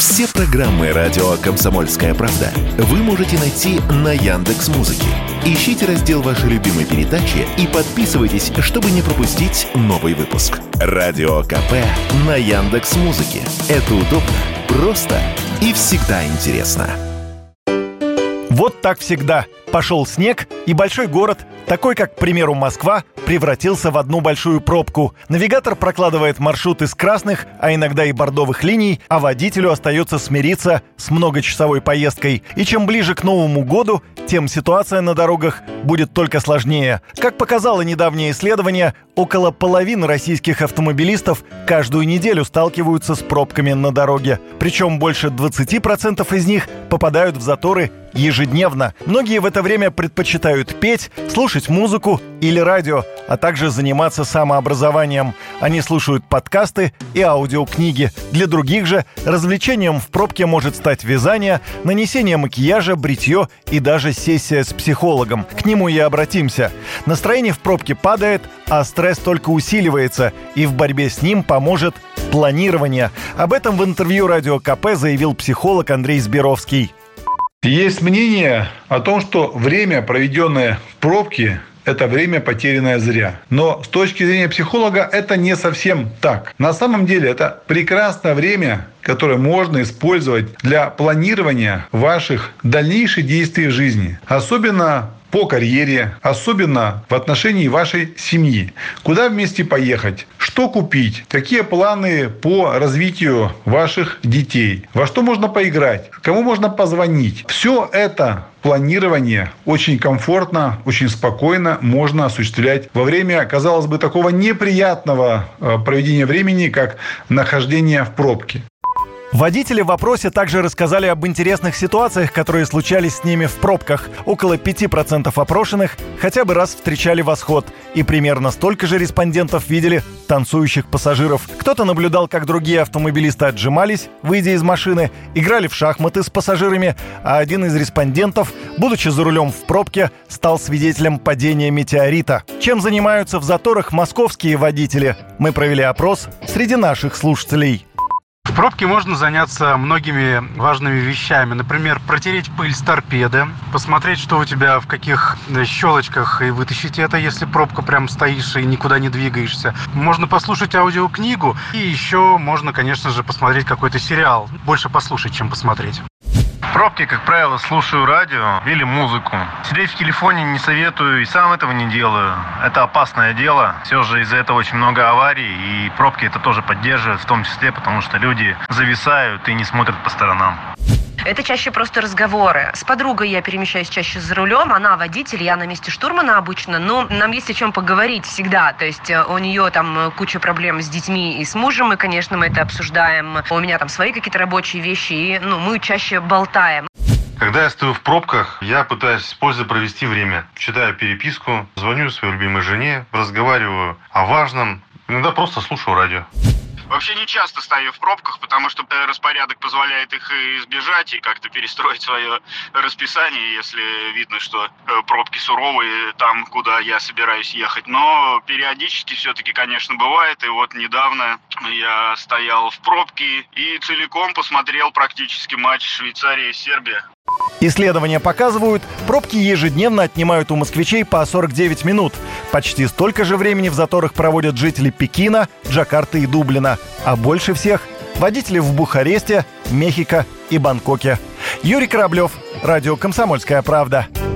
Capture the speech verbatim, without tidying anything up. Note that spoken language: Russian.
Все программы радио «Комсомольская правда» вы можете найти на Яндекс.Музыке. Ищите раздел вашей любимой передачи и подписывайтесь, чтобы не пропустить новый выпуск. Радио КП на Яндекс.Музыке. Это удобно, просто и всегда интересно. Вот так всегда. Пошел снег, и большой город, такой как, к примеру, Москва, превратился в одну большую пробку. Навигатор прокладывает маршрут из красных, а иногда и бордовых линий, а водителю остается смириться с многочасовой поездкой. И чем ближе к Новому году, тем ситуация на дорогах будет только сложнее. Как показало недавнее исследование, около половины российских автомобилистов каждую неделю сталкиваются с пробками на дороге. Причем больше двадцать процентов из них попадают в заторы ежедневно. Многие в это время предпочитают петь, слушать музыку или радио, а также заниматься самообразованием. Они слушают подкасты и аудиокниги. Для других же развлечением в пробке может стать вязание, нанесение макияжа, бритье и даже сессия с психологом. К нему и обратимся. Настроение в пробке падает, а стресс только усиливается, и в борьбе с ним поможет планирование. Об этом в интервью Радио КП заявил психолог Андрей Сберовский. Есть мнение о том, что время, проведенное в пробке, это время, потерянное зря. Но с точки зрения психолога это не совсем так. На самом деле это прекрасное время, которое можно использовать для планирования ваших дальнейших действий в жизни. Особенно по карьере, особенно в отношении вашей семьи. Куда вместе поехать? Что купить? Какие планы по развитию ваших детей? Во что можно поиграть? Кому можно позвонить? Все это планирование очень комфортно, очень спокойно можно осуществлять во время, казалось бы, такого неприятного проведения времени, как нахождение в пробке. Водители в опросе также рассказали об интересных ситуациях, которые случались с ними в пробках. Около пяти процентов опрошенных хотя бы раз встречали восход. И примерно столько же респондентов видели танцующих пассажиров. Кто-то наблюдал, как другие автомобилисты отжимались, выйдя из машины, играли в шахматы с пассажирами, а один из респондентов, будучи за рулем в пробке, стал свидетелем падения метеорита. Чем занимаются в заторах московские водители? Мы провели опрос среди наших слушателей. В пробке можно заняться многими важными вещами. Например, протереть пыль с торпеды, посмотреть, что у тебя в каких щелочках, и вытащить это, если пробка прям стоишь и никуда не двигаешься. Можно послушать аудиокнигу, и еще можно, конечно же, посмотреть какой-то сериал. Больше послушать, чем посмотреть. В пробке, как правило, слушаю радио или музыку. Сидеть в телефоне не советую, и сам этого не делаю. Это опасное дело. Все же из-за этого очень много аварий, и пробки это тоже поддерживают, в том числе, потому что люди зависают и не смотрят по сторонам. Это чаще просто разговоры. С подругой я перемещаюсь чаще за рулем, она водитель, я на месте штурмана обычно, но нам есть о чем поговорить всегда. То есть у нее там куча проблем с детьми и с мужем, и, конечно, мы это обсуждаем. У меня там свои какие-то рабочие вещи, и ну, мы чаще болтаем. Когда я стою в пробках, я пытаюсь с пользой провести время. Читаю переписку, звоню своей любимой жене, разговариваю о важном, иногда просто слушаю радио. Вообще не часто стою в пробках, потому что распорядок позволяет их избежать и как-то перестроить свое расписание, если видно, что пробки суровые там, куда я собираюсь ехать. Но периодически все-таки, конечно, бывает. И вот недавно я стоял в пробке и целиком посмотрел практически матч Швейцария-Сербия. Исследования показывают, пробки ежедневно отнимают у москвичей по сорок девять минут. Почти столько же времени в заторах проводят жители Пекина, Джакарты и Дублина. А больше всех водители в Бухаресте, Мехико и Бангкоке. Юрий Кораблев, радио «Комсомольская правда».